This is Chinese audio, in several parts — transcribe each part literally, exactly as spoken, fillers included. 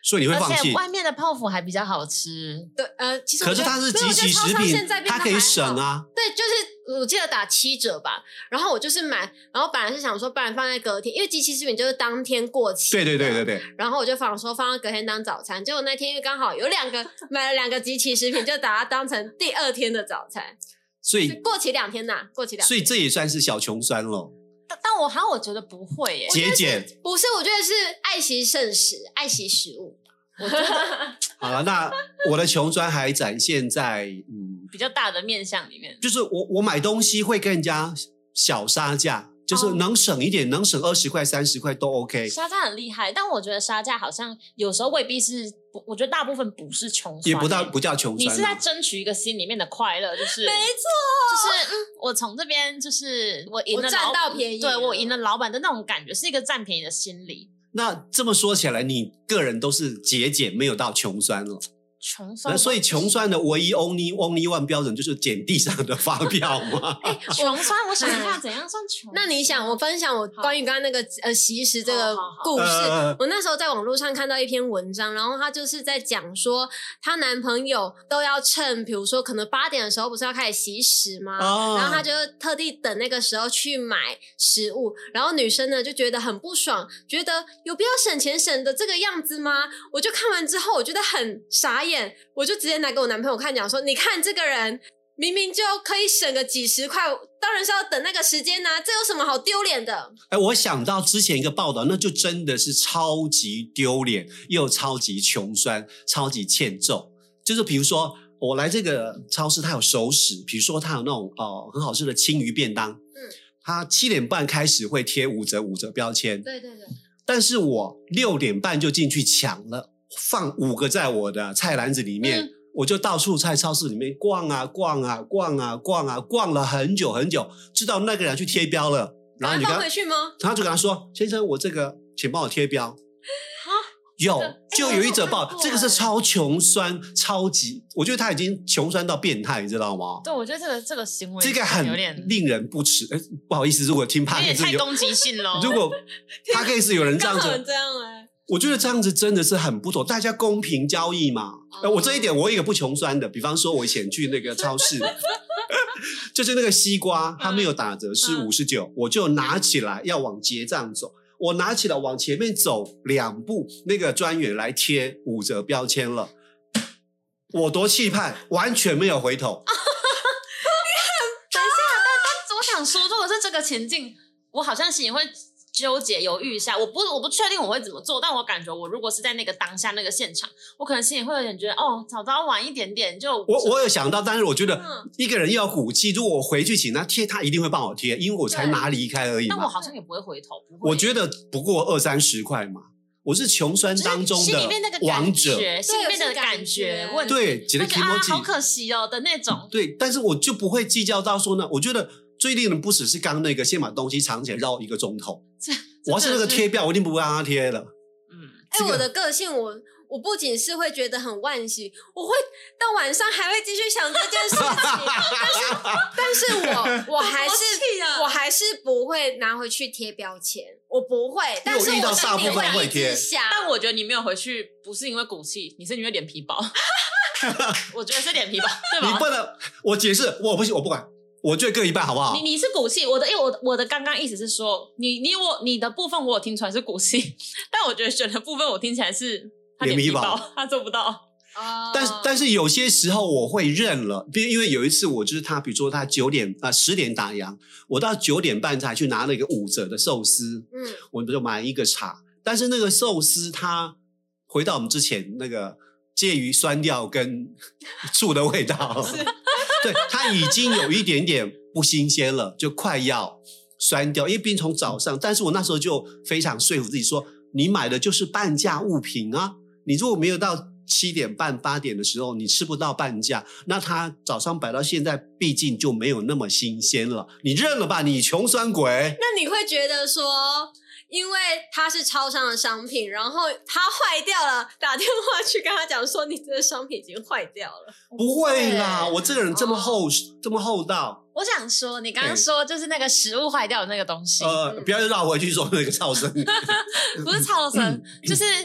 所以你会放弃。 而且外面的泡芙还比较好吃。 对，呃，其实可是它是即期食品，它可以省啊。 对，就是我记得打七折吧，然后我就是买，然后本来是想说，不然放在隔天，因为即期食品就是当天过期。 对对对对对。 然后我就放说放到隔天当早餐，结果那天因为刚好有两个买了两个即期食品，就把它当成第二天的早餐。 所以过期两天呐，过期两天。 所以这也算是小穷酸咯。 但但我好像我觉得不会耶， 节俭不是，我觉得是爱惜剩食，爱惜食物。我觉得好了，那我的穷酸还展现在嗯比较大的面向里面， 就是我我买东西会跟人家小杀价，就是能省一点，哦、能省二十块、三十块都 OK。 杀价很厉害，但我觉得杀价好像有时候未必是，我觉得大部分不是穷酸， 也不到不叫穷酸、啊， 你是在争取一个心里面的快乐，就是没错， 就是嗯，我从这边就是我赢了老占到便宜， 对我赢了老板的那种感觉，是一个占便宜的心理。 那这么说起来，你个人都是节俭，没有到穷酸了。 穷酸， 那所以穷酸的唯一 only only one 标准就是捡地上的发票嘛。 哎、欸，穷酸，我想一下怎样算穷。 那你想，我分享我关于刚刚那个呃习食这个故事，我那时候在网络上看到一篇文章，然后他就是在讲说，她男朋友都要趁，比如说可能八点的时候不是要开始习食吗？哦、然后他就特地等那个时候去买食物，然后女生呢就觉得很不爽，觉得有必要省钱省的这个样子吗？我就看完之后，我觉得很傻眼。我就直接拿给我男朋友看，讲说，你看这个人明明就可以省个几十块，当然是要等那个时间啊，这有什么好丢脸的？ 哎，我想到之前一个报道，那就真的是超级丢脸，又超级穷酸，超级欠揍。就是比如说，我来这个超市，它有熟食，比如说它有那种哦、呃、很好吃的青鱼便当，嗯，它七点半开始会贴五折五折标签， 对对对， 但是我六点半就进去抢了。放五个在我的菜篮子里面、嗯、我就到处在超市里面逛啊逛啊逛啊逛啊逛了很久很久，直到那个人去贴标了，然后你放回去吗？ 他就跟他说，先生，我这个请帮我贴标。有就有一则报、欸、这个是超穷酸，超级我觉得他已经穷酸到变态，你知道吗？ 对，我觉得这个这个行为这个很令人不齿、欸、不好意思，如果听 Podcast 有点太攻击性了如果 Podcast 有人这样子这样哎、欸， 我觉得这样子真的是很不妥，大家公平交易嘛。呃、我这一点我有一个不穷酸的，比方说我以前去那个超市就是那个西瓜它没有打折是五十九，我就拿起来要往结账走，我拿起来往前面走两步，那个专员来贴五折标签了，我多气派，完全没有回头等一下，但但我想说，如果是这个情境，我好像心里会纠结犹豫一下，我不我不确定我会怎么做，但我感觉我如果是在那个当下那个现场，我可能心里会有点觉得哦，早知道晚一点点就我我有想到，但是我觉得一个人要有骨气，如果我回去请他贴，他一定会帮我贴，因为我才拿离开而已嘛。 但我好像也不会回头，不会我觉得不过二三十块嘛，我是穷酸当中的王者， 心里面的感觉问题， 对，觉得啊好可惜哦的那种， 对，但是我就不会计较到说呢，我觉得最令人不齿是刚刚那个先把东西藏起来绕一个钟头。我要是那个贴标，我一定不会让他贴了。 嗯，哎、这個，我的个性，我我不仅是会觉得很惋惜，我会到晚上还会继续想这件事情。但是，但是我我还是我还是不会拿回去贴标签，我不会。但是我遇到大部分会贴， 但我觉得你没有回去，不是因为骨气，你是因为脸皮薄。我觉得是脸皮薄，对吧？ 你不能，我解释，我不行，我不管。我觉得各一半好不好？ 你你是骨气，我的因为我我的刚刚意思是说，你你我你的部分我有听出来是骨气，但我觉得选的部分我听起来是他脸皮薄，他做不到。 哦， 但是但是有些时候我会认了，因为有一次我就是他，比如说他九点啊十点打烊，我到九点半才去拿了一个五折的寿司，嗯，我就买一个茶，但是那个寿司它回到我们之前那个介于酸掉跟醋的味道。对，它已经有一点点不新鲜了，就快要酸掉，因为毕竟从早上，但是我那时候就非常说服自己说，你买的就是半价物品啊，你如果没有到七点半八点的时候你吃不到半价，那它早上摆到现在毕竟就没有那么新鲜了，你认了吧，你穷酸鬼。 那你会觉得说因为它是超商的商品，然后它坏掉了，打电话去跟他讲说你这个商品已经坏掉了。 不会啦，我这个人这么厚、哦、这么厚道。 我想说你刚刚说就是那个食物坏掉的那个东西， 呃，不要绕回去说那个超生。 不是超生、嗯、就是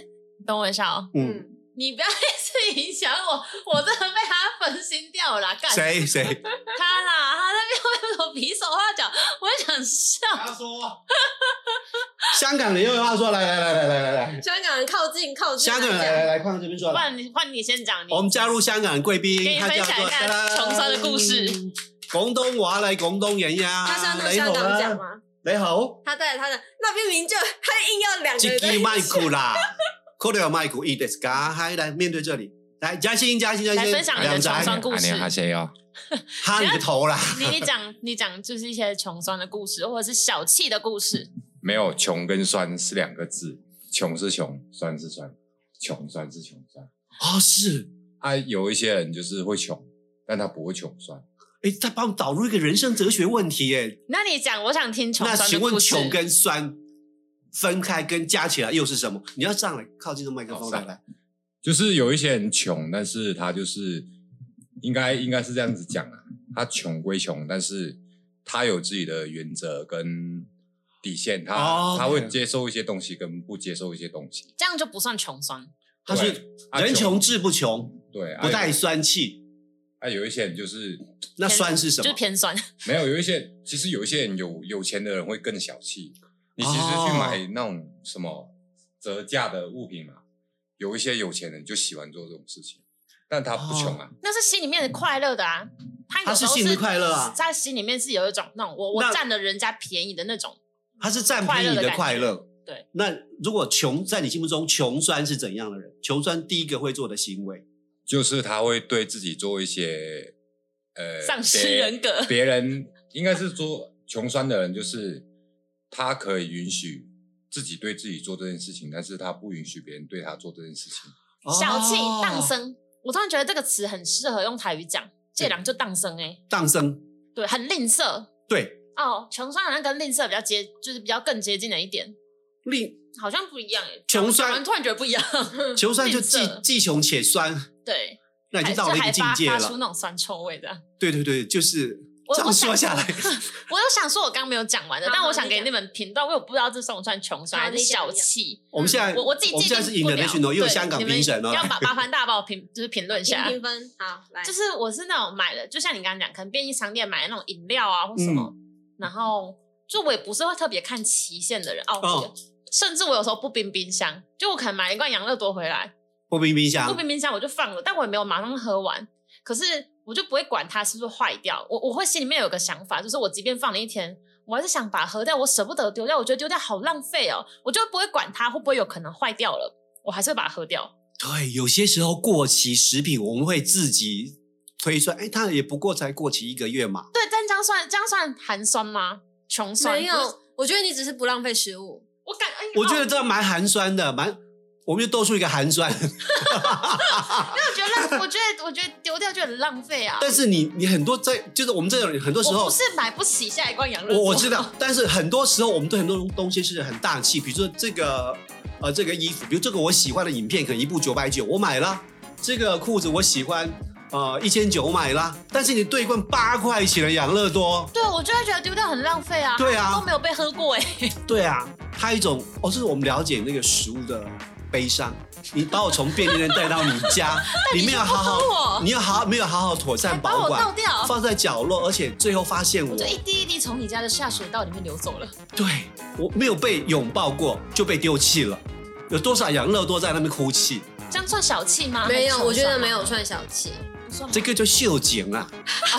等我一下哦。 嗯， 嗯， 你不要一直影响我，我真的被他分心掉了啦！干谁谁？ 他啦，他在那边为我比手画脚，我也想笑。 他说，香港人又有话说，来来来来来来来， 香港人靠近靠近， 香港人来来来，快到这边说不来。 然你换你先讲，你我们加入香港人贵宾， 给你他叫做分享一下穷酸的故事。 廣東話嚟廣東人呀， 他是要拿你好香港讲啊， 吗？ 你好， 他带着他的那边名就，他硬要两个自人在一起己麥克啦，これは麥克いいですか？嗨，来面对这里，来嘉欣嘉欣嘉欣， 来分享你的穷酸故事。 哈谁哦？ 哈你个头啦！ 你你讲你讲就是一些穷酸的故事，或者是小气的故事。 没有，穷跟酸是两个字，穷是穷，酸是酸，穷酸是穷酸。 哦，是， 啊，有一些人就是会穷，但他不会穷酸。 哎，他帮我们导入一个人生哲学问题耶。 那你讲，我想听穷那请问酸的故事。 穷跟酸分开跟加起来又是什么？你要上来靠近这麦克风来来。 就是有一些人穷，但是他就是应该应该是这样子讲啊，他穷归穷，但是他有自己的原则跟底线，他、 哦他会接受一些东西跟不接受一些东西。 这样就不算穷酸。 他是对啊人穷志不穷， 对，啊不带酸气。 啊，有一些人就是那酸是什么？ 就是偏酸。 没有，有一些其实有一些人有有钱的人会更小气。你其实哦去买那种什么折价的物品嘛，有一些有钱人就喜欢做这种事情，但他不穷啊。 那是心里面的快乐的啊。他有时候他是心里快乐啊在心里面是有一种那种我我那占了人家便宜的那种。 他是占便宜的快乐。 对。 那如果穷在你心目中，穷酸是怎样的人？穷酸第一个会做的行为， 就是他会对自己做一些呃丧失人格别人应该是说穷酸的人，就是他可以允许自己对自己做这件事情，但是他不允许别人对他做这件事情。 小气哦荡生，我突然觉得这个词很适合用台语讲，这两就荡生哎， 荡生， 对，很吝啬对， 哦。穷酸好像跟吝啬比较接，就是比较更接近了一点， 另好像不一样哎。 穷酸讲完突然觉得不一样， 穷酸就既吝啬既穷且酸， 对， 那已经到了一个境界还发发出了。 那种酸臭味的。 对对对，就是这样我我想说下来， 我有想说，我刚刚没有讲完的， 好但我好你讲想给你们评断，因为我不知道这算不算穷酸好还是小你讲你讲气。 我们现在我我自己我们记现在是定不了 international，又有对香港你们评审哦要把麻烦大家帮我评，就是评论一下。 评分好来， 就是我是那种买了，就像你刚刚讲，可能便利商店买的那种饮料啊或什么， 嗯然后就我也不是会特别看期限的人哦， 哦甚至我有时候不冰冰箱，就我可能买了一罐养乐多回来， 不冰冰不箱， 冰冰箱我就放了，但我也没有马上喝完，可是我就不会管它是不是坏掉，我我会心里面有个想法，就是我即便放了一天，我还是想把它喝掉，我舍不得丢掉，我觉得丢掉好浪费哦，我就不会管它会不会有可能坏掉了，我还是会把它喝掉。 对，有些时候过期食品我们会自己推算，哎，它也不过才过期一个月嘛。 对，但这样算这样算寒酸吗？穷酸没不是有，我觉得你只是不浪费食物。 我感，哎我觉得哦这样蛮寒酸的，蛮，我们就多出一个寒酸。 因为我觉得浪，我觉得我觉得丢掉就很浪费啊。 但是你你很多在，就是我们这种人很多时候我不，是买不起下一罐养乐多， 我我知道，但是很多时候我们对很多东西是很大气，比如说这个呃这个衣服，比如这个我喜欢的影片，可能一部九百九，我买了；这个裤子我喜欢，呃一千九我买了。但是你兑一罐八块钱的养乐多， 对我就会觉得丢掉很浪费啊。 对啊都没有被喝过哎。 对啊，它一种哦，这是我们了解那个食物的悲伤。你把我从便利店带到你家， 你里面要就不好喝我好，你要好没有好好妥善还把我保管倒掉， 放在角落，而且最后发现我我就一滴一滴从你家的下水道里面流走了。 对我没有被拥抱过，就被丢弃了。有多少养乐多在那边哭泣？ 这样算小气吗？ 没有， 还是穷我觉得酸吗没有算小气。 不算吗这个叫秀景啊！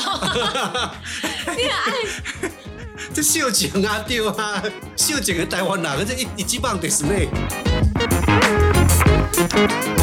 你很爱这秀景啊，对啊，秀景的台湾人，这一一级棒的是呢。